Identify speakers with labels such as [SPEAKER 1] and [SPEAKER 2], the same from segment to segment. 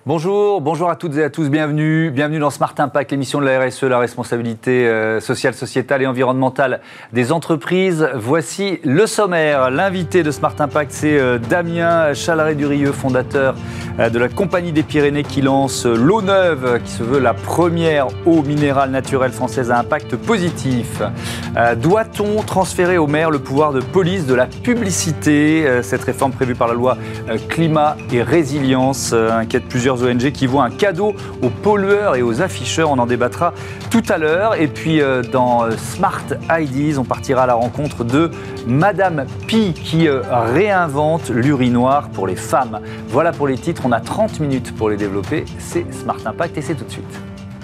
[SPEAKER 1] Bonjour à toutes et à tous, bienvenue dans Smart Impact, l'émission de la RSE, la responsabilité sociale, sociétale et environnementale des entreprises. Voici le sommaire. L'invité de Smart Impact, c'est Damien Chalaret-Durieux, fondateur de la Compagnie des Pyrénées qui lance l'eau neuve, qui se veut la première eau minérale naturelle française à impact positif. Doit-on transférer aux maires le pouvoir de police de la publicité ? Cette réforme prévue par la loi climat et résilience inquiète plusieurs ONG qui voient un cadeau aux pollueurs et aux afficheurs. On en débattra tout à l'heure. Et puis dans Smart Ideas, on partira à la rencontre de Madame Pi qui réinvente l'urinoir pour les femmes. Voilà pour les titres, on a 30 minutes pour les développer. C'est Smart Impact et c'est tout de suite.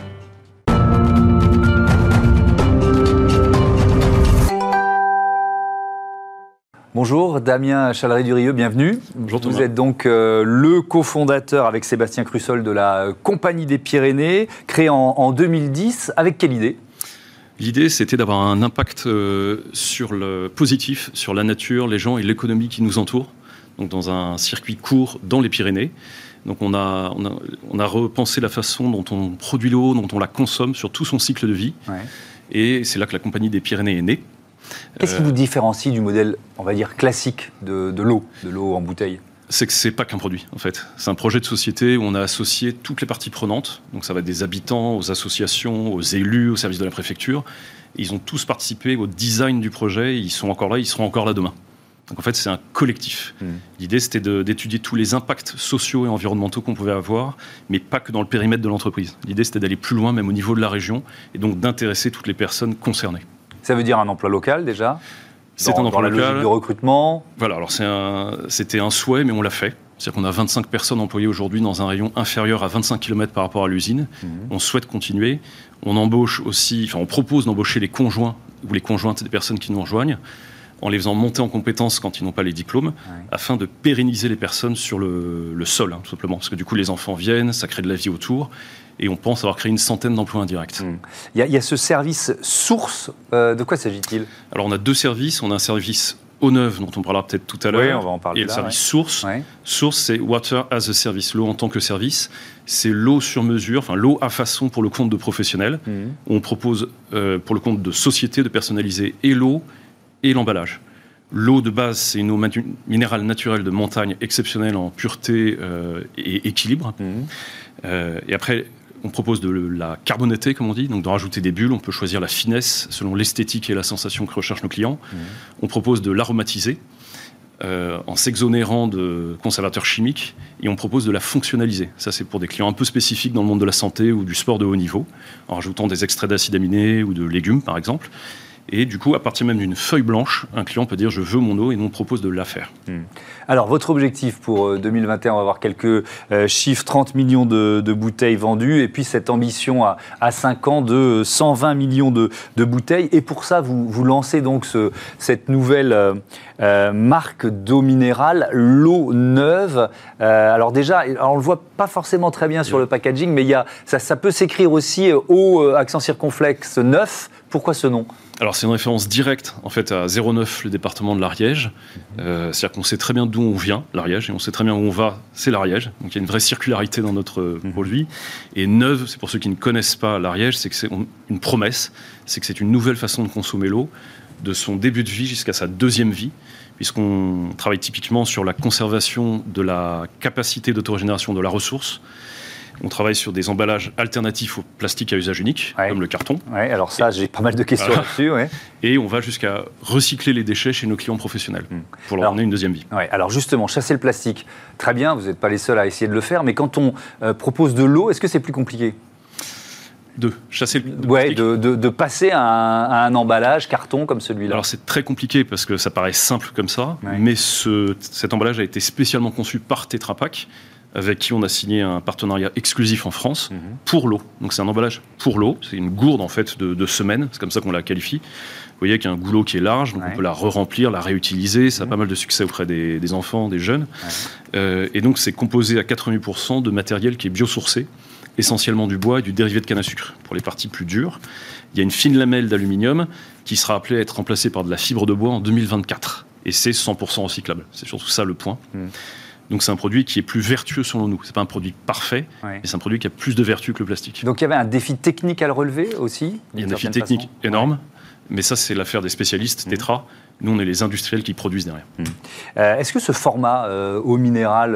[SPEAKER 1] Bonjour Damien Chalaret-Durieux, bienvenue.
[SPEAKER 2] Bonjour Thomas.
[SPEAKER 1] Vous êtes donc le cofondateur avec Sébastien Crussol de la Compagnie des Pyrénées, créée en 2010. Avec quelle idée ?
[SPEAKER 2] L'idée, c'était d'avoir un impact sur le positif, sur la nature, les gens et l'économie qui nous entourent, donc dans un circuit court dans les Pyrénées. Donc on a repensé la façon dont on produit l'eau, dont on la consomme sur tout son cycle de vie. Ouais. Et c'est là que la Compagnie des Pyrénées est née.
[SPEAKER 1] Qu'est-ce qui vous différencie du modèle, on va dire, classique de l'eau en bouteille ?
[SPEAKER 2] C'est que c'est pas qu'un produit, en fait. C'est un projet de société où on a associé toutes les parties prenantes. Donc ça va des habitants, aux associations, aux élus, aux services de la préfecture. Et ils ont tous participé au design du projet. Ils sont encore là, ils seront encore là demain. Donc en fait, c'est un collectif. L'idée, c'était d'étudier tous les impacts sociaux et environnementaux qu'on pouvait avoir, mais pas que dans le périmètre de l'entreprise. L'idée, c'était d'aller plus loin, même au niveau de la région, et donc d'intéresser toutes les personnes concernées.
[SPEAKER 1] Ça veut dire un emploi local déjà ?
[SPEAKER 2] C'est un emploi
[SPEAKER 1] local. Dans la logique de recrutement ?
[SPEAKER 2] Voilà, alors c'était un souhait, mais on l'a fait. C'est-à-dire qu'on a 25 personnes employées aujourd'hui dans un rayon inférieur à 25 km par rapport à l'usine. On souhaite continuer. On propose d'embaucher les conjoints ou les conjointes des personnes qui nous rejoignent, en les faisant monter en compétences quand ils n'ont pas les diplômes, afin de pérenniser les personnes sur le sol, tout simplement. Parce que du coup, les enfants viennent, ça crée de la vie autour, et on pense avoir créé une centaine d'emplois indirects.
[SPEAKER 1] Il y a ce service source, de quoi s'agit-il ?
[SPEAKER 2] Alors on a deux services, on a un service eau neuve, dont on parlera peut-être tout à l'heure,
[SPEAKER 1] on va en parler
[SPEAKER 2] et le service source. Source, c'est Water as a Service, l'eau en tant que service. C'est l'eau sur mesure, enfin l'eau à façon pour le compte de professionnels. On propose pour le compte de sociétés de personnaliser et l'eau et l'emballage. L'eau de base, c'est une eau minérale naturelle de montagne exceptionnelle en pureté et équilibre. Et après, on propose de la carbonater, comme on dit, donc de rajouter des bulles. On peut choisir la finesse selon l'esthétique et la sensation que recherchent nos clients. On propose de l'aromatiser en s'exonérant de conservateurs chimiques. Et on propose de la fonctionnaliser. Ça, c'est pour des clients un peu spécifiques dans le monde de la santé ou du sport de haut niveau, en rajoutant des extraits d'acides aminés ou de légumes, par exemple. Et du coup, à partir même d'une feuille blanche, un client peut dire « je veux mon eau » et nous on propose de la faire.
[SPEAKER 1] Alors, votre objectif pour 2021, on va avoir quelques chiffres, 30 millions de bouteilles vendues, et puis cette ambition à 5 ans de 120 millions de bouteilles. Et pour ça, vous lancez donc cette nouvelle marque d'eau minérale, l'eau neuve. Alors déjà, on ne le voit pas forcément très bien sur le packaging, mais ça peut s'écrire aussi eau accent circonflexe neuf. Pourquoi ce nom ?
[SPEAKER 2] Alors c'est une référence directe en fait à 09, le département de l'Ariège. C'est-à-dire qu'on sait très bien d'où on vient, l'Ariège, et on sait très bien où on va, c'est l'Ariège. Donc il y a une vraie circularité dans notre produit. Et neuve, c'est pour ceux qui ne connaissent pas l'Ariège, c'est que c'est une promesse, c'est que c'est une nouvelle façon de consommer l'eau, de son début de vie jusqu'à sa deuxième vie, puisqu'on travaille typiquement sur la conservation de la capacité d'autorégénération de la ressource. On travaille sur des emballages alternatifs au plastique à usage unique, comme le carton.
[SPEAKER 1] Alors ça, j'ai pas mal de questions là-dessus.
[SPEAKER 2] Et on va jusqu'à recycler les déchets chez nos clients professionnels pour leur donner une deuxième vie.
[SPEAKER 1] Alors justement, chasser le plastique, très bien, vous n'êtes pas les seuls à essayer de le faire, mais quand on propose de l'eau, est-ce que c'est plus compliqué ?
[SPEAKER 2] De chasser le plastique.
[SPEAKER 1] De passer à un emballage carton comme celui-là.
[SPEAKER 2] Alors c'est très compliqué parce que ça paraît simple comme ça, mais cet emballage a été spécialement conçu par Tetra Pak, avec qui on a signé un partenariat exclusif en France pour l'eau. Donc c'est un emballage pour l'eau, c'est une gourde en fait de semaine, c'est comme ça qu'on la qualifie. Vous voyez qu'il y a un goulot qui est large, donc on peut la re-remplir, la réutiliser, ça a pas mal de succès auprès des enfants, des jeunes. Et donc c'est composé à 88% de matériel qui est biosourcé, essentiellement du bois et du dérivé de canne à sucre. Pour les parties plus dures, il y a une fine lamelle d'aluminium qui sera appelée à être remplacée par de la fibre de bois en 2024. Et c'est 100% recyclable. C'est surtout ça le point. Donc c'est un produit qui est plus vertueux selon nous. C'est pas un produit parfait, mais c'est un produit qui a plus de vertus que le plastique.
[SPEAKER 1] Donc il y avait un défi technique à le relever aussi.
[SPEAKER 2] Il y a un défi technique énorme, mais ça c'est l'affaire des spécialistes, Tetra. Nous on est les industriels qui produisent derrière.
[SPEAKER 1] Est-ce que ce format eau minérale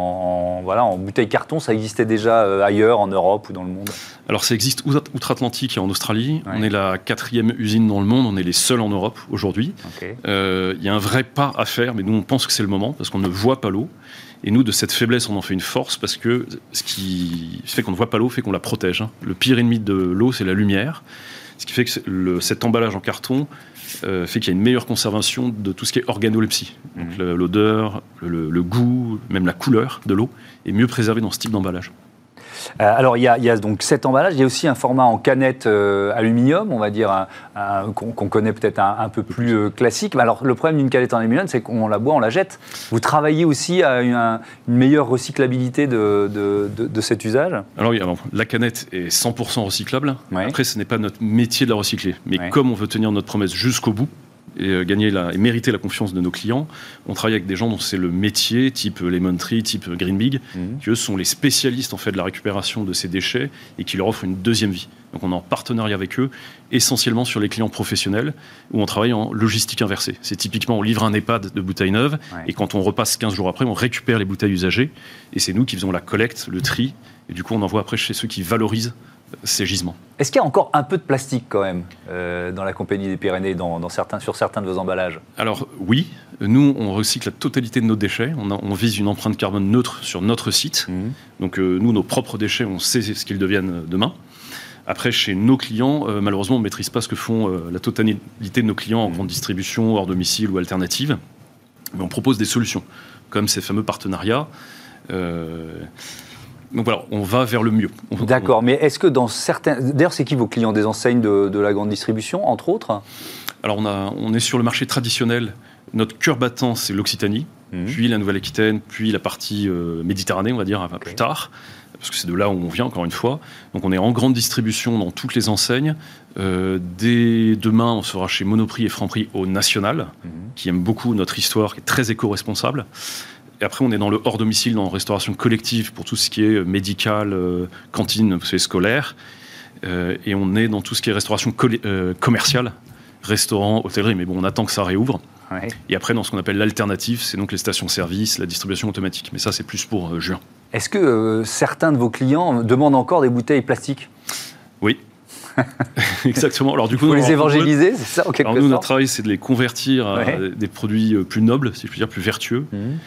[SPEAKER 1] en bouteille carton, ça existait déjà ailleurs en Europe ou dans le monde?
[SPEAKER 2] Alors ça existe outre-Atlantique et en Australie. On est la 4e usine dans le monde, on est les seuls en Europe aujourd'hui. Il y a un vrai pas à faire, mais nous on pense que c'est le moment parce qu'on ne voit pas l'eau. Et nous, de cette faiblesse, on en fait une force parce que ce qui fait qu'on ne voit pas l'eau fait qu'on la protège. Le pire ennemi de l'eau, c'est la lumière. Ce qui fait que cet emballage en carton fait qu'il y a une meilleure conservation de tout ce qui est organolepsie. Donc l'odeur, le goût, même la couleur de l'eau est mieux préservée dans ce type d'emballage.
[SPEAKER 1] Alors, il y a donc cet emballage. Il y a aussi un format en canette aluminium, on va dire, qu'on connaît peut-être un peu plus classique. Mais alors, le problème d'une canette en aluminium, c'est qu'on la boit, on la jette. Vous travaillez aussi à une meilleure recyclabilité de cet usage?
[SPEAKER 2] Alors, oui, la canette est 100% recyclable. Après, ce n'est pas notre métier de la recycler. Mais comme on veut tenir notre promesse jusqu'au bout, et et mériter la confiance de nos clients. On travaille avec des gens dont c'est le métier, type Lemon Tree, type Green Big, qui eux sont les spécialistes en fait de la récupération de ces déchets et qui leur offrent une deuxième vie. Donc on est en partenariat avec eux, essentiellement sur les clients professionnels, où on travaille en logistique inversée. C'est typiquement, on livre un EHPAD de bouteilles neuves, et quand on repasse 15 jours après, on récupère les bouteilles usagées, et c'est nous qui faisons la collecte, le tri, et du coup on envoie après chez ceux qui valorisent ces gisements.
[SPEAKER 1] Est-ce qu'il y a encore un peu de plastique quand même dans la Compagnie des Pyrénées, sur certains de vos emballages? Alors
[SPEAKER 2] oui, nous on recycle la totalité de nos déchets, on vise une empreinte carbone neutre sur notre site, donc nous nos propres déchets on sait ce qu'ils deviennent demain. Après chez nos clients, malheureusement on ne maîtrise pas ce que font la totalité de nos clients en grande distribution, hors domicile ou alternative, mais on propose des solutions, comme ces fameux partenariats. Donc voilà, on va vers le mieux.
[SPEAKER 1] D'accord, mais est-ce que dans certains... D'ailleurs, c'est qui vos clients? Des enseignes de la grande distribution, entre autres?
[SPEAKER 2] Alors, on est sur le marché traditionnel. Notre cœur battant, c'est l'Occitanie, puis la Nouvelle-Aquitaine, puis la partie Méditerranée, on va dire, plus tard, parce que c'est de là où on vient, encore une fois. Donc, on est en grande distribution dans toutes les enseignes. Dès demain, on sera chez Monoprix et Franprix au National, qui aiment beaucoup notre histoire, qui est très éco-responsable. Et après, on est dans le hors-domicile, dans la restauration collective pour tout ce qui est médical, cantine, c'est scolaire. Et on est dans tout ce qui est restauration commerciale, restaurant, hôtellerie. Mais bon, on attend que ça réouvre. Et après, dans ce qu'on appelle l'alternative, c'est donc les stations-service, la distribution automatique. Mais ça, c'est plus pour juin.
[SPEAKER 1] Est-ce que certains de vos clients demandent encore des bouteilles plastiques?
[SPEAKER 2] Oui. Exactement. Alors, du coup,
[SPEAKER 1] vous les évangéliser, c'est ça, en quelque sorte?
[SPEAKER 2] Nous, notre travail, c'est de les convertir à des produits plus nobles, si je puis dire, plus vertueux.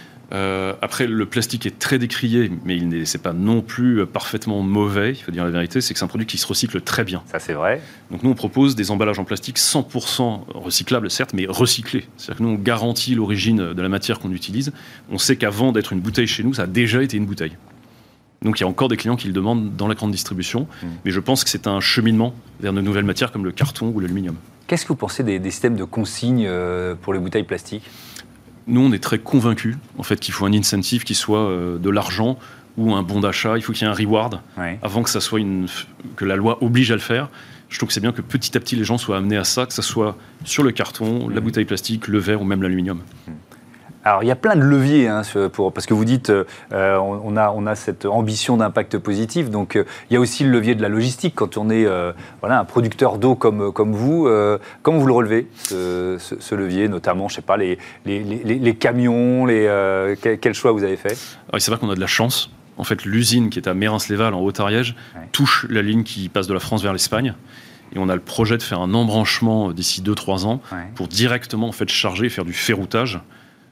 [SPEAKER 2] Après, le plastique est très décrié, mais c'est pas non plus parfaitement mauvais, il faut dire la vérité, c'est que c'est un produit qui se recycle très bien.
[SPEAKER 1] Ça, c'est vrai.
[SPEAKER 2] Donc nous, on propose des emballages en plastique 100% recyclables, certes, mais recyclés. C'est-à-dire que nous, on garantit l'origine de la matière qu'on utilise. On sait qu'avant d'être une bouteille chez nous, ça a déjà été une bouteille. Donc il y a encore des clients qui le demandent dans la grande distribution, mais je pense que c'est un cheminement vers de nouvelles matières comme le carton ou l'aluminium.
[SPEAKER 1] Qu'est-ce que vous pensez des systèmes de consigne pour les bouteilles plastiques?
[SPEAKER 2] Nous, on est très convaincus en fait, qu'il faut un incentive qui soit de l'argent ou un bon d'achat. Il faut qu'il y ait un reward avant que ça soit que la loi oblige à le faire. Je trouve que c'est bien que petit à petit, les gens soient amenés à ça, que ça soit sur le carton, la bouteille plastique, le verre ou même l'aluminium.
[SPEAKER 1] Alors, il y a plein de leviers, parce que vous dites, on a cette ambition d'impact positif, donc il y a aussi le levier de la logistique. Quand on est un producteur d'eau comme vous, comment vous le relevez, ce levier, notamment, je ne sais pas, les camions, quel choix vous avez fait?
[SPEAKER 2] Alors, c'est vrai qu'on a de la chance. En fait, l'usine qui est à Mérins-les-Vals, en Haut-Ariège, touche la ligne qui passe de la France vers l'Espagne. Et on a le projet de faire un embranchement d'ici 2-3 ans pour directement en fait, charger et faire du ferroutage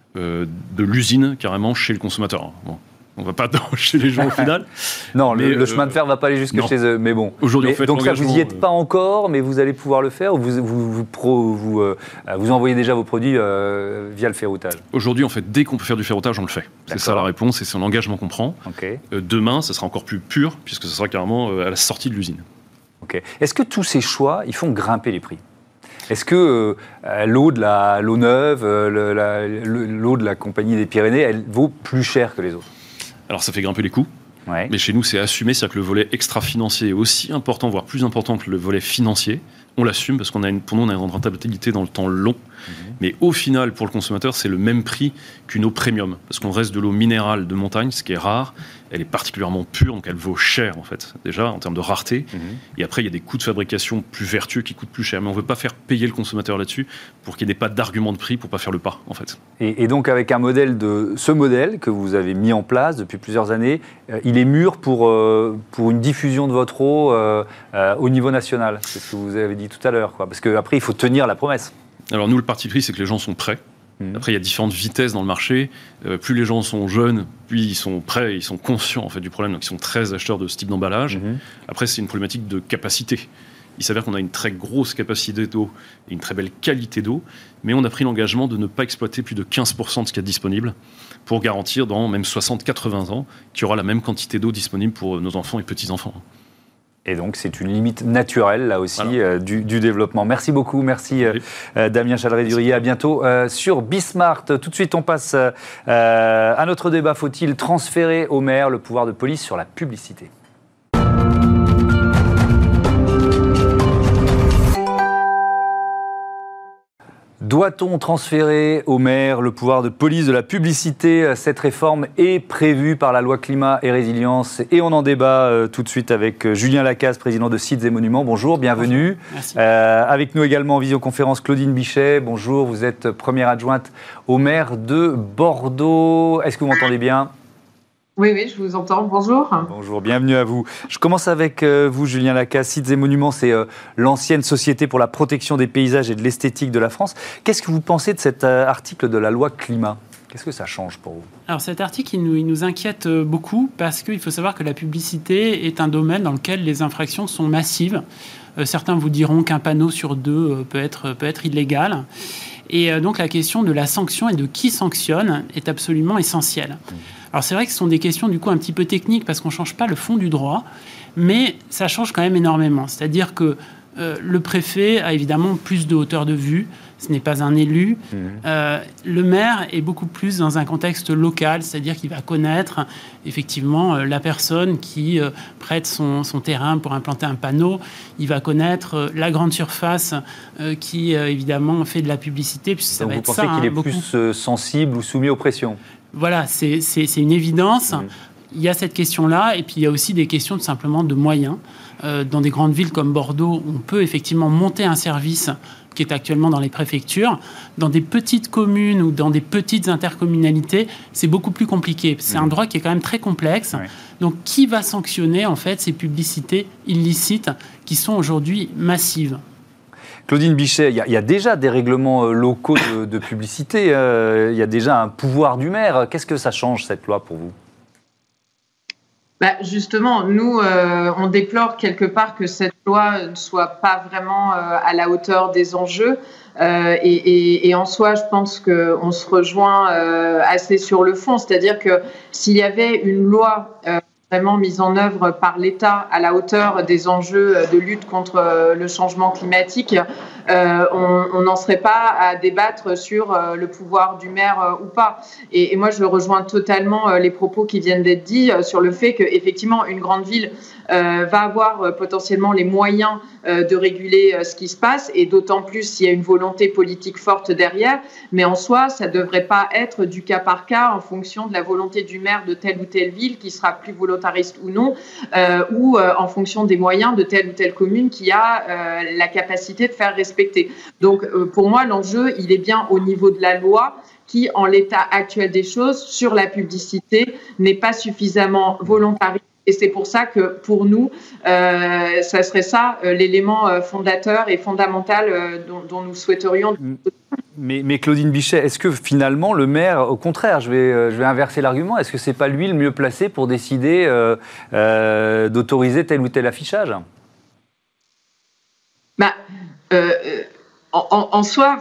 [SPEAKER 2] de l'usine carrément chez le consommateur. Bon, on ne va pas chez les gens au final.
[SPEAKER 1] Non, mais le chemin de fer ne va pas aller jusque chez eux. Mais bon.
[SPEAKER 2] Aujourd'hui,
[SPEAKER 1] donc ça, vous n'y êtes pas encore, mais vous allez pouvoir le faire, ou vous envoyez déjà vos produits via le ferroutage? Aujourd'hui,
[SPEAKER 2] en fait, dès qu'on peut faire du ferroutage, on le fait. C'est ça la réponse et c'est l'engagement qu'on prend. Demain, ça sera encore plus pur, puisque ça sera carrément à la sortie de l'usine.
[SPEAKER 1] Est-ce que tous ces choix, ils font grimper les prix? Est-ce que l'eau neuve, l'eau de la Compagnie des Pyrénées, elle vaut plus cher que les autres?
[SPEAKER 2] Alors ça fait grimper les coûts.
[SPEAKER 1] Ouais.
[SPEAKER 2] Mais chez nous, c'est assumé, c'est-à-dire que le volet extra-financier est aussi important, voire plus important que le volet financier. On l'assume parce pour nous, on a une rentabilité dans le temps long. Mais au final, pour le consommateur, c'est le même prix qu'une eau premium. Parce qu'on reste de l'eau minérale de montagne, ce qui est rare. Elle est particulièrement pure, donc elle vaut cher, en fait, déjà, en termes de rareté. Et après, il y a des coûts de fabrication plus vertueux qui coûtent plus cher. Mais on ne veut pas faire payer le consommateur là-dessus pour qu'il n'y ait pas d'argument de prix pour ne pas faire le pas, en fait.
[SPEAKER 1] Et donc, avec ce modèle que vous avez mis en place depuis plusieurs années, il est mûr pour une diffusion de votre eau au niveau national. C'est ce que vous avez dit tout à l'heure, quoi. Parce qu'après, il faut tenir la promesse.
[SPEAKER 2] Alors nous, le parti pris, c'est que les gens sont prêts. Après, il y a différentes vitesses dans le marché. Plus les gens sont jeunes, plus ils sont prêts, ils sont conscients en fait, du problème. Donc, ils sont très acheteurs de ce type d'emballage. Après, c'est une problématique de capacité. Il s'avère qu'on a une très grosse capacité d'eau et une très belle qualité d'eau, mais on a pris l'engagement de ne pas exploiter plus de 15% de ce qu'il y a disponible pour garantir dans même 60-80 ans qu'il y aura la même quantité d'eau disponible pour nos enfants et petits-enfants.
[SPEAKER 1] Et donc, c'est une limite naturelle, là aussi, voilà. du développement. Merci beaucoup. Merci, Damien Chaleret-Durier. À bientôt sur Bismart. Tout de suite, on passe à notre débat. Faut-il transférer au maire le pouvoir de police sur la publicité ? Doit-on transférer au maire le pouvoir de police de la publicité ? Cette réforme est prévue par la loi Climat et Résilience et on en débat tout de suite avec Julien Lacaze, président de Sites et Monuments. Bonjour, bienvenue.
[SPEAKER 3] Merci.
[SPEAKER 1] Avec nous également en visioconférence Claudine Bichet. Bonjour, vous êtes première adjointe au maire de Bordeaux. Est-ce que vous m'entendez bien ?
[SPEAKER 4] Oui, je vous entends. Bonjour.
[SPEAKER 1] Bonjour, bienvenue à vous. Je commence avec vous, Julien Lacaze. Sites et Monuments, c'est l'ancienne société pour la protection des paysages et de l'esthétique de la France. Qu'est-ce que vous pensez de cet article de la loi Climat ? Qu'est-ce que ça change pour vous ?
[SPEAKER 3] Alors cet article, il nous inquiète beaucoup parce qu'il faut savoir que la publicité est un domaine dans lequel les infractions sont massives. Certains vous diront qu'un panneau sur deux peut être illégal. Et donc la question de la sanction et de qui sanctionne est absolument essentielle. Alors c'est vrai que ce sont des questions du coup un petit peu techniques parce qu'on ne change pas le fond du droit, mais ça change quand même énormément. C'est-à-dire que le préfet a évidemment plus de hauteur de vue, ce n'est pas un élu. Le maire est beaucoup plus dans un contexte local, c'est-à-dire qu'il va connaître effectivement la personne qui prête son terrain pour implanter un panneau. Il va connaître la grande surface qui évidemment fait de la publicité. Puis ça
[SPEAKER 1] donc
[SPEAKER 3] va
[SPEAKER 1] vous
[SPEAKER 3] être
[SPEAKER 1] pensez
[SPEAKER 3] ça,
[SPEAKER 1] qu'il est
[SPEAKER 3] beaucoup.
[SPEAKER 1] plus sensible ou soumis aux pressions ?
[SPEAKER 3] Voilà, c'est une évidence. Il y a cette question-là, et puis il y a aussi des questions tout simplement de moyens. Dans des grandes villes comme Bordeaux, on peut effectivement monter un service qui est actuellement dans les préfectures. Dans des petites communes ou dans des petites intercommunalités, c'est beaucoup plus compliqué. C'est un droit qui est quand même très complexe. Oui. Donc, qui va sanctionner en fait ces publicités illicites qui sont aujourd'hui massives ?
[SPEAKER 1] Claudine Bichet, il y a déjà des règlements locaux de publicité, il y a déjà un pouvoir du maire. Qu'est-ce que ça change, cette loi, pour vous ?
[SPEAKER 4] Justement, nous, on déplore quelque part que cette loi ne soit pas vraiment à la hauteur des enjeux. Et en soi, je pense qu'on se rejoint assez sur le fond. C'est-à-dire que s'il y avait une loi vraiment mise en œuvre par l'État à la hauteur des enjeux de lutte contre le changement climatique, on n'en serait pas à débattre sur le pouvoir du maire ou pas. Et moi, je rejoins totalement les propos qui viennent d'être dits sur le fait qu'effectivement, une grande ville va avoir potentiellement les moyens de réguler ce qui se passe, et d'autant plus s'il y a une volonté politique forte derrière. Mais en soi, ça ne devrait pas être du cas par cas en fonction de la volonté du maire de telle ou telle ville qui sera plus volontariste ou non, ou en fonction des moyens de telle ou telle commune qui a la capacité de faire respecter. Donc pour moi, l'enjeu, il est bien au niveau de la loi qui, en l'état actuel des choses, sur la publicité, n'est pas suffisamment volontariste. Et c'est pour ça que, pour nous, ça serait ça l'élément fondateur et fondamental dont nous souhaiterions.
[SPEAKER 1] Mais Claudine Bichet, est-ce que finalement le maire, au contraire, je vais inverser l'argument, est-ce que c'est pas lui le mieux placé pour décider d'autoriser tel ou tel affichage ?
[SPEAKER 4] En soi,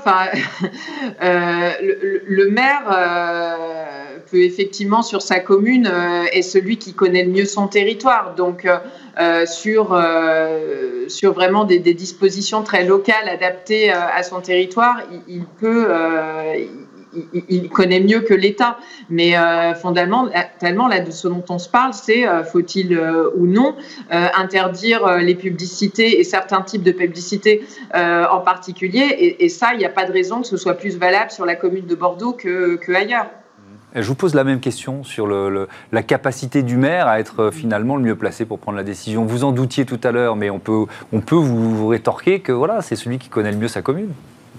[SPEAKER 4] le maire peut effectivement, sur sa commune, est celui qui connaît le mieux son territoire. Donc, sur vraiment des dispositions très locales adaptées à son territoire, il il connaît mieux que l'État. Mais fondamentalement, là, de ce dont on se parle, c'est faut-il ou non interdire les publicités et certains types de publicités en particulier. Et ça, il n'y a pas de raison que ce soit plus valable sur la commune de Bordeaux qu'ailleurs.
[SPEAKER 1] Je vous pose la même question sur la capacité du maire à être finalement le mieux placé pour prendre la décision. Vous en doutiez tout à l'heure, mais on peut vous rétorquer que voilà, c'est celui qui connaît le mieux sa commune.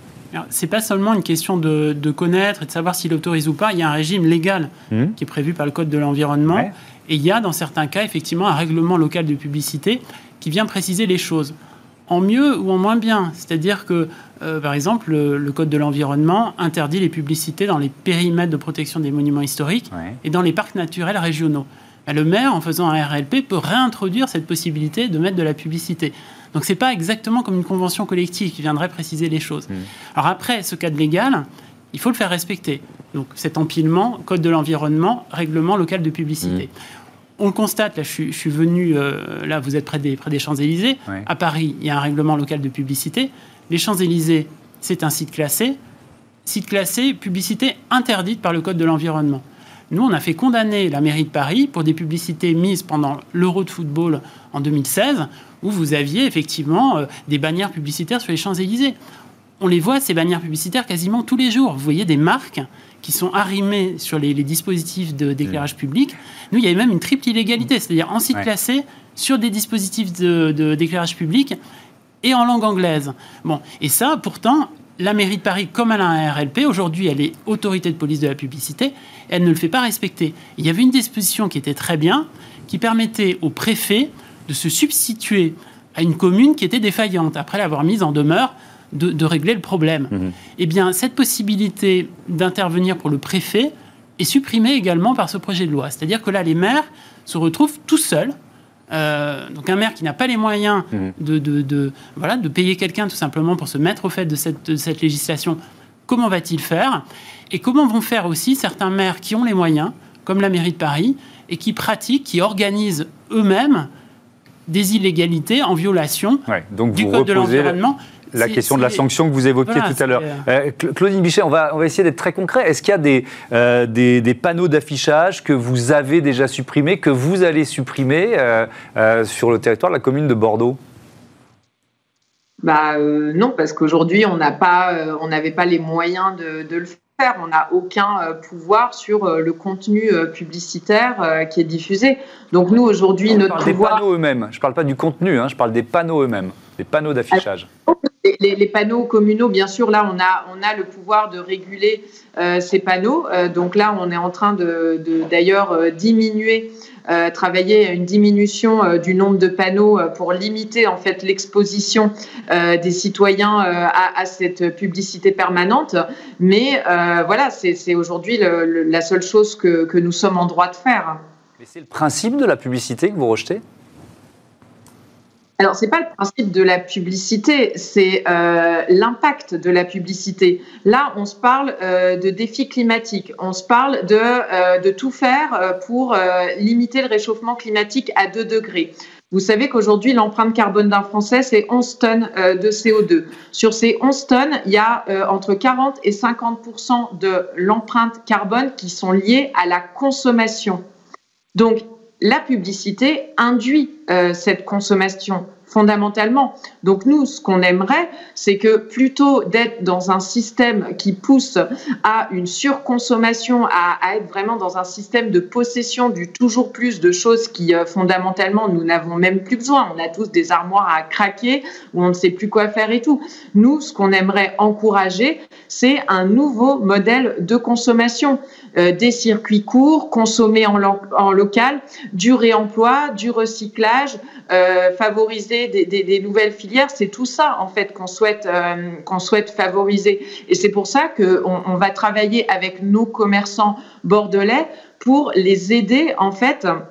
[SPEAKER 3] Ce n'est pas seulement une question de connaître et de savoir s'il autorise ou pas. Il y a un régime légal qui est prévu par le Code de l'environnement. Ouais. Et il y a, dans certains cas, effectivement, un règlement local de publicité qui vient préciser les choses, en mieux ou en moins bien. C'est-à-dire que, par exemple, le Code de l'environnement interdit les publicités dans les périmètres de protection des monuments historiques et dans les parcs naturels régionaux. Le maire, en faisant un RLP, peut réintroduire cette possibilité de mettre de la publicité. Donc, ce n'est pas exactement comme une convention collective qui viendrait préciser les choses. Alors après, ce cadre légal, il faut le faire respecter. Donc, cet empilement, Code de l'environnement, règlement local de publicité. On le constate, là, je suis venu, là, vous êtes près des Champs-Élysées. Ouais. À Paris, il y a un règlement local de publicité. Les Champs-Élysées, c'est un site classé. Site classé, publicité interdite par le Code de l'environnement. Nous, on a fait condamner la mairie de Paris pour des publicités mises pendant l'Euro de football en 2016, où vous aviez effectivement des bannières publicitaires sur les Champs-Élysées. On les voit, ces bannières publicitaires, quasiment tous les jours. Vous voyez des marques qui sont arrimées sur les dispositifs d'éclairage public. Nous, il y avait même une triple illégalité, c'est-à-dire en site classé, sur des dispositifs d'éclairage public et en langue anglaise. Bon, et ça, pourtant, la mairie de Paris, comme elle a un RLP, aujourd'hui, elle est autorité de police de la publicité, elle ne le fait pas respecter. Il y avait une disposition qui était très bien, qui permettait au préfet de se substituer à une commune qui était défaillante, après l'avoir mise en demeure de régler le problème. Eh bien, cette possibilité d'intervenir pour le préfet est supprimée également par ce projet de loi. C'est-à-dire que là, les maires se retrouvent tout seuls. Donc un maire qui n'a pas les moyens de payer quelqu'un tout simplement pour se mettre au fait de cette législation, comment va-t-il faire? Et comment vont faire aussi certains maires qui ont les moyens, comme la mairie de Paris, et qui pratiquent, qui organisent eux-mêmes des illégalités en violation du Code de l'environnement.
[SPEAKER 1] La question de la sanction que vous évoquiez tout à l'heure. Claudine Bichet, on va essayer d'être très concret. Est-ce qu'il y a des panneaux d'affichage que vous avez déjà supprimés, que vous allez supprimer sur le territoire de la commune de Bordeaux ?
[SPEAKER 4] Non, parce qu'aujourd'hui, on n'avait pas les moyens de le faire. On n'a aucun pouvoir sur le contenu publicitaire qui est diffusé. Donc nous, aujourd'hui, notre pouvoir...
[SPEAKER 1] Des panneaux eux-mêmes. Je ne parle pas du contenu, je parle des panneaux eux-mêmes, des panneaux d'affichage.
[SPEAKER 4] Les panneaux communaux, bien sûr, là, on a le pouvoir de réguler ces panneaux. Donc là, on est en train d'ailleurs diminuer, travailler à une diminution du nombre de panneaux pour limiter en fait l'exposition des citoyens à cette publicité permanente. Mais voilà, c'est aujourd'hui la seule chose que nous sommes en droit de faire.
[SPEAKER 1] Mais c'est le principe de la publicité que vous rejetez ?
[SPEAKER 4] Alors, ce n'est pas le principe de la publicité, c'est l'impact de la publicité. Là, on se parle de défis climatiques, on se parle de tout faire pour limiter le réchauffement climatique à 2 degrés. Vous savez qu'aujourd'hui, l'empreinte carbone d'un Français, c'est 11 tonnes de CO2. Sur ces 11 tonnes, il y a entre 40 et 50% de l'empreinte carbone qui sont liées à la consommation. Donc, la publicité induit cette consommation fondamentalement. Donc nous, ce qu'on aimerait, c'est que plutôt d'être dans un système qui pousse à une surconsommation, à être vraiment dans un système de possession du toujours plus de choses qui fondamentalement nous n'avons même plus besoin. On a tous des armoires à craquer où on ne sait plus quoi faire et tout. Nous, ce qu'on aimerait encourager, c'est un nouveau modèle de consommation. Des circuits courts, consommés en local, du réemploi, du recyclage, favoriser des nouvelles filières, c'est tout ça en fait qu'on souhaite favoriser. Et c'est pour ça qu'on va travailler avec nos commerçants bordelais pour les aider en fait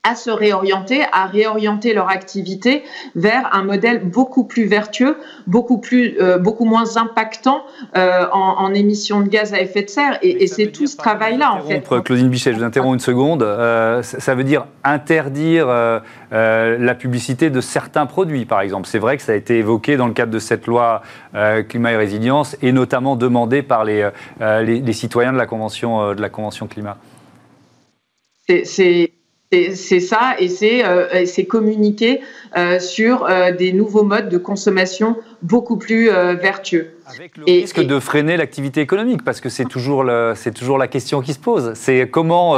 [SPEAKER 4] à se réorienter, à réorienter leur activité vers un modèle beaucoup plus vertueux, beaucoup moins impactant en émissions de gaz à effet de serre. Et c'est tout ce travail-là, en fait.
[SPEAKER 1] Claudine Bichet, je vous interromps une seconde. Ça veut dire interdire la publicité de certains produits, par exemple. C'est vrai que ça a été évoqué dans le cadre de cette loi climat et résilience, et notamment demandé par les citoyens de la Convention climat.
[SPEAKER 4] C'est ça, et c'est communiquer sur des nouveaux modes de consommation beaucoup plus vertueux.
[SPEAKER 1] Avec le risque de freiner l'activité économique, parce que c'est toujours la question qui se pose. C'est comment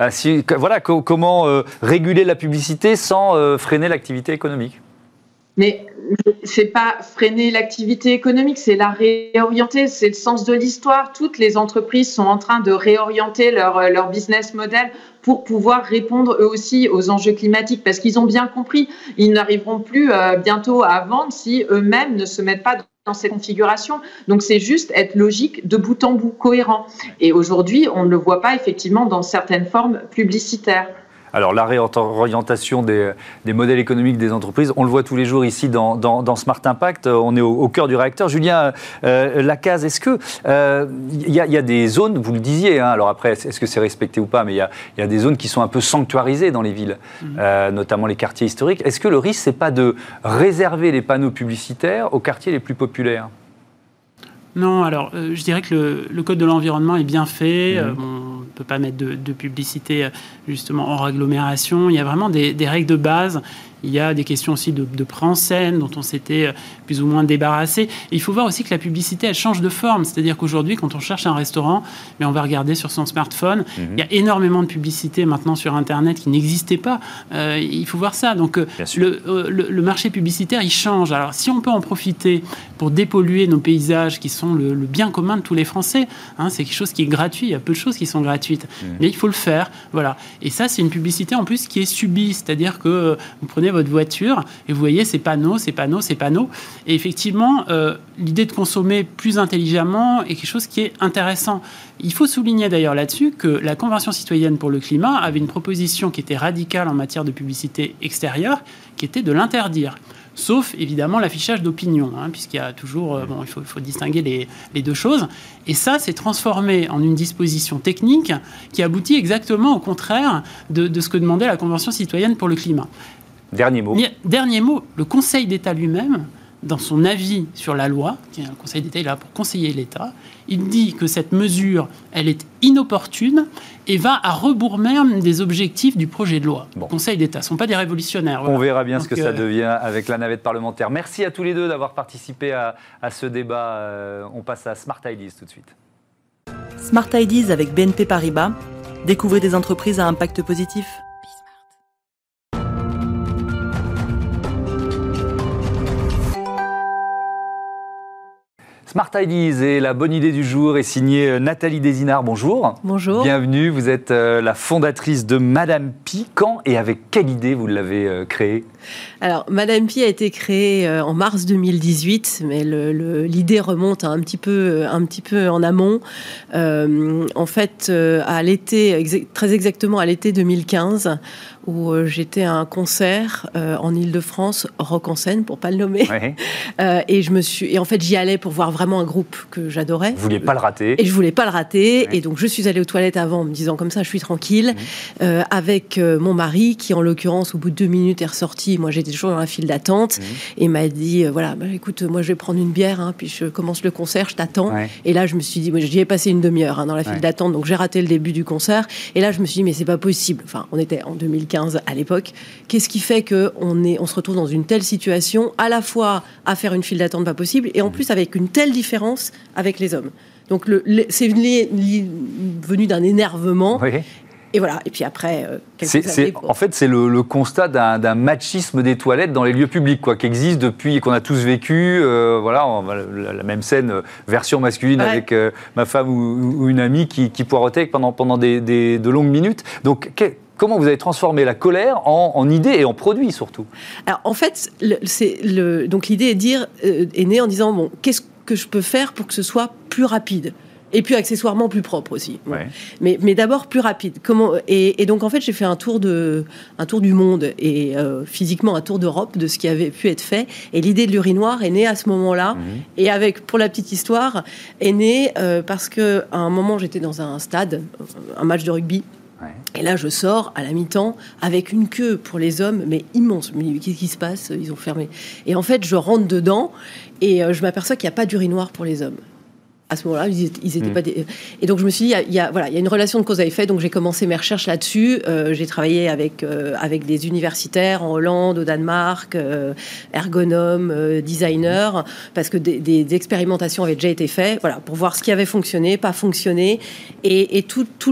[SPEAKER 1] réguler la publicité sans freiner l'activité économique.
[SPEAKER 4] Mais c'est pas freiner l'activité économique, c'est la réorienter. C'est le sens de l'histoire. Toutes les entreprises sont en train de réorienter leur business model pour pouvoir répondre eux aussi aux enjeux climatiques, parce qu'ils ont bien compris, ils n'arriveront plus bientôt à vendre si eux-mêmes ne se mettent pas dans ces configurations. Donc c'est juste être logique de bout en bout, cohérent. Et aujourd'hui, on ne le voit pas effectivement dans certaines formes publicitaires.
[SPEAKER 1] Alors, la réorientation des modèles économiques des entreprises, on le voit tous les jours ici dans Smart Impact, on est au cœur du réacteur. Julien Lacaze, est-ce qu'il y a des zones, vous le disiez, hein, alors après, est-ce que c'est respecté ou pas, mais il y a des zones qui sont un peu sanctuarisées dans les villes, notamment les quartiers historiques. Est-ce que le risque, c'est pas de réserver les panneaux publicitaires aux quartiers les plus populaires ?
[SPEAKER 3] Non, alors je dirais que le code de l'environnement est bien fait. On ne peut pas mettre de publicité justement hors agglomération. Il y a vraiment des règles de base. Il y a des questions aussi de pré-en-scène dont on s'était plus ou moins débarrassé. Et il faut voir aussi que la publicité, elle change de forme. C'est-à-dire qu'aujourd'hui, quand on cherche un restaurant, mais on va regarder sur son smartphone, il y a énormément de publicité maintenant sur Internet qui n'existait pas. Il faut voir ça. Donc le marché publicitaire, il change. Alors si on peut en profiter pour dépolluer nos paysages qui sont le bien commun de tous les Français, hein, c'est quelque chose qui est gratuit. Il y a peu de choses qui sont gratuites. Mais il faut le faire. Voilà. Et ça, c'est une publicité en plus qui est subie. C'est-à-dire que vous prenez votre voiture et vous voyez ces panneaux. Et effectivement, l'idée de consommer plus intelligemment est quelque chose qui est intéressant. Il faut souligner d'ailleurs là-dessus que la Convention citoyenne pour le climat avait une proposition qui était radicale en matière de publicité extérieure, qui était de l'interdire. Sauf, évidemment, l'affichage d'opinion, hein, puisqu'il y a toujours... il faut distinguer les deux choses. Et ça, c'est transformé en une disposition technique qui aboutit exactement au contraire de ce que demandait la Convention citoyenne pour le climat.
[SPEAKER 1] Dernier mot,
[SPEAKER 3] le Conseil d'État lui-même, dans son avis sur la loi, le Conseil d'État est là pour conseiller l'État, il dit que cette mesure, elle est inopportune et va à rebours même des objectifs du projet de loi. Le Conseil d'État, ce ne sont pas des révolutionnaires.
[SPEAKER 1] Voilà. On verra bien ce que ça devient avec la navette parlementaire. Merci à tous les deux d'avoir participé à ce débat. On passe à Smart Ideas tout de suite.
[SPEAKER 5] Smart Ideas avec BNP Paribas. Découvrez des entreprises à impact positif.
[SPEAKER 1] Smart Ideas et la bonne idée du jour est signée Nathalie Desinard. Bonjour.
[SPEAKER 5] Bonjour.
[SPEAKER 1] Bienvenue. Vous êtes la fondatrice de Madame Pi. Quand et avec quelle idée vous l'avez créée ?
[SPEAKER 6] Alors, Madame Pi a été créée en mars 2018, mais l'idée remonte un petit peu en amont. En fait, à l'été, très exactement à l'été 2015, où j'étais à un concert en Île-de-France, Rock en scène, pour pas le nommer.
[SPEAKER 1] Ouais.
[SPEAKER 6] Et en fait, j'y allais pour voir vraiment un groupe que j'adorais.
[SPEAKER 1] Vous vouliez pas le rater.
[SPEAKER 6] Et je voulais pas le rater.
[SPEAKER 1] Ouais.
[SPEAKER 6] Et donc, je suis allée aux toilettes avant, en me disant comme ça, je suis tranquille, avec mon mari, qui en l'occurrence, au bout de 2 minutes, est ressorti. Moi, j'étais toujours dans la file d'attente. Et m'a dit, écoute, moi, je vais prendre une bière, hein, puis je commence le concert, je t'attends. Ouais. Et là, je me suis dit, moi, j'y ai passé une demi-heure dans la file d'attente, donc j'ai raté le début du concert. Et là, je me suis dit, mais c'est pas possible. Enfin, on était en 2015 à l'époque. Qu'est-ce qui fait qu'on se retrouve dans une telle situation, à la fois à faire une file d'attente pas possible, et en plus avec une telle différence avec les hommes. Donc, c'est venu d'un énervement. Oui. Et voilà. Et puis après,
[SPEAKER 1] en fait, c'est le constat d'un machisme des toilettes dans les lieux publics, qui existe depuis, qu'on a tous vécu. La même scène, version masculine avec ma femme ou une amie qui poireautait pendant de longues minutes. Donc, comment vous avez transformé la colère en idée et en produit surtout ?
[SPEAKER 6] Alors en fait, donc l'idée est née en disant qu'est-ce que je peux faire pour que ce soit plus rapide ? Et puis accessoirement plus propre aussi.
[SPEAKER 1] Ouais.
[SPEAKER 6] Mais d'abord plus rapide. Et donc en fait j'ai fait un tour du monde et physiquement un tour d'Europe de ce qui avait pu être fait. Et l'idée de l'urinoir est née à ce moment-là. Et pour la petite histoire, est née parce qu'à un moment j'étais dans un stade, un match de rugby. Ouais. Et là, je sors à la mi-temps avec une queue pour les hommes, mais immense. Mais qu'est-ce qui se passe? Ils ont fermé. Et en fait, je rentre dedans et je m'aperçois qu'il n'y a pas d'urinoir pour les hommes. À ce moment-là, ils étaient pas Et donc, je me suis dit, il y a une relation de cause à effet. Donc, j'ai commencé mes recherches là-dessus. J'ai travaillé avec des universitaires en Hollande, au Danemark, ergonomes, designers, parce que des expérimentations avaient déjà été faites, pour voir ce qui avait fonctionné, pas fonctionné. Et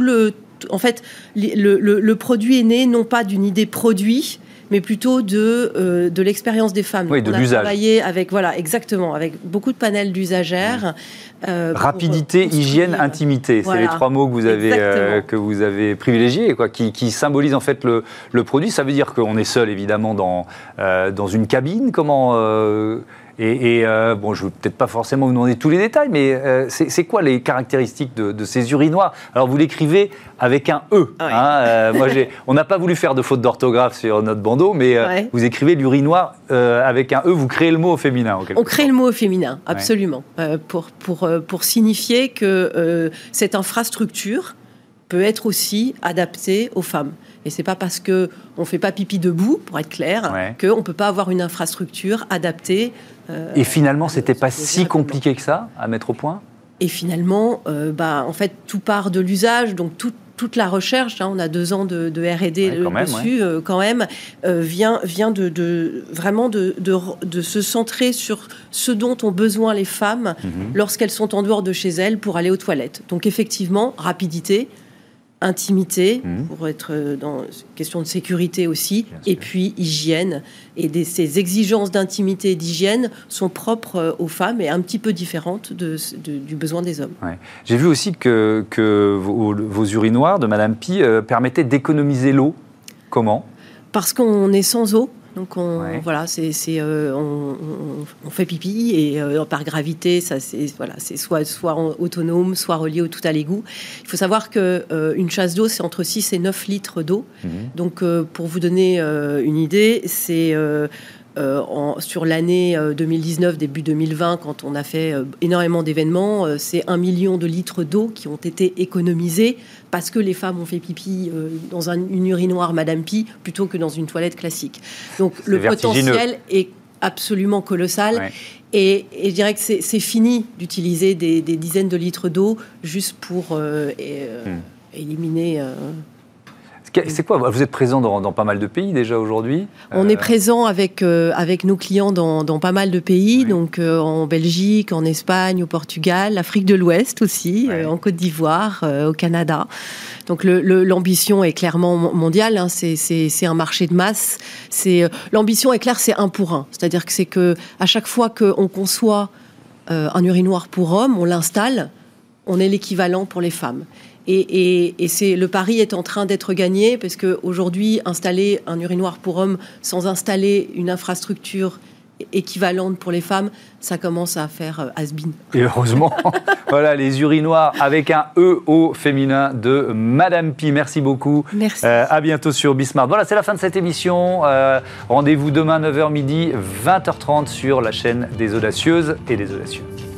[SPEAKER 6] en fait, le produit est né non pas d'une idée produit, mais plutôt de l'expérience des femmes.
[SPEAKER 1] Oui, de l'usage.
[SPEAKER 6] On a travaillé avec beaucoup de panels d'usagères.
[SPEAKER 1] Rapidité, hygiène, intimité. C'est les 3 mots que vous avez privilégiés, qui symbolisent en fait le produit. Ça veut dire qu'on est seul, évidemment, dans une cabine. Comment je ne veux peut-être pas forcément vous demander tous les détails, mais c'est quoi les caractéristiques de ces urinoirs? Alors, vous l'écrivez avec un E. Ouais. Hein, on n'a pas voulu faire de faute d'orthographe sur notre bandeau, mais vous écrivez l'urinoir avec un E, vous créez le mot au féminin.
[SPEAKER 6] On crée le mot au féminin, absolument, pour signifier que cette infrastructure peut être aussi adaptée aux femmes. Et c'est pas parce qu'on ne fait pas pipi debout, pour être clair, qu'on ne peut pas avoir une infrastructure adaptée.
[SPEAKER 1] Et finalement, c'était pas si compliqué que ça à mettre au point?
[SPEAKER 6] Et finalement, en fait, tout part de l'usage. Donc, toute la recherche, on a 2 ans de R&D dessus, vient vraiment de se centrer sur ce dont ont besoin les femmes lorsqu'elles sont en dehors de chez elles pour aller aux toilettes. Donc, effectivement, rapidité, intimité, pour être dans une question de sécurité aussi, et puis hygiène. Et ces exigences d'intimité et d'hygiène sont propres aux femmes et un petit peu différentes du besoin des hommes.
[SPEAKER 1] Ouais. J'ai vu aussi que vos urinoirs de Madame Pi permettaient d'économiser l'eau. Comment? Parce
[SPEAKER 6] qu'on est sans eau. Donc on fait pipi et par gravité, c'est soit autonome, soit relié tout à l'égout. Il faut savoir qu'une chasse d'eau, c'est entre 6 et 9 litres d'eau. Donc pour vous donner une idée, c'est sur l'année 2019, début 2020, quand on a fait énormément d'événements, c'est 1 million de litres d'eau qui ont été économisés parce que les femmes ont fait pipi dans une urinoir Madame Pi plutôt que dans une toilette classique. Donc le potentiel est absolument colossal. Ouais. Et je dirais que c'est fini d'utiliser des dizaines de litres d'eau juste pour éliminer...
[SPEAKER 1] C'est quoi? Vous êtes présent dans pas mal de pays déjà aujourd'hui?
[SPEAKER 6] On est présent avec nos clients dans pas mal de pays, donc en Belgique, en Espagne, au Portugal, l'Afrique de l'Ouest aussi, en Côte d'Ivoire, au Canada. Donc l'ambition est clairement mondiale, hein, c'est un marché de masse. L'ambition est claire, c'est 1 pour 1. C'est-à-dire que c'est que à chaque fois qu'on conçoit un urinoir pour hommes, on l'installe, on est l'équivalent pour les femmes. Et le pari est en train d'être gagné parce qu'aujourd'hui, installer un urinoir pour hommes sans installer une infrastructure équivalente pour les femmes, ça commence à faire has-been.
[SPEAKER 1] Et heureusement, voilà les urinoirs avec un E au féminin de Madame Pi. Merci beaucoup.
[SPEAKER 6] Merci.
[SPEAKER 1] À bientôt sur Bismart. Voilà, c'est la fin de cette émission. Rendez-vous demain 9h midi, 20h30 sur la chaîne des Audacieuses et des Audacieux.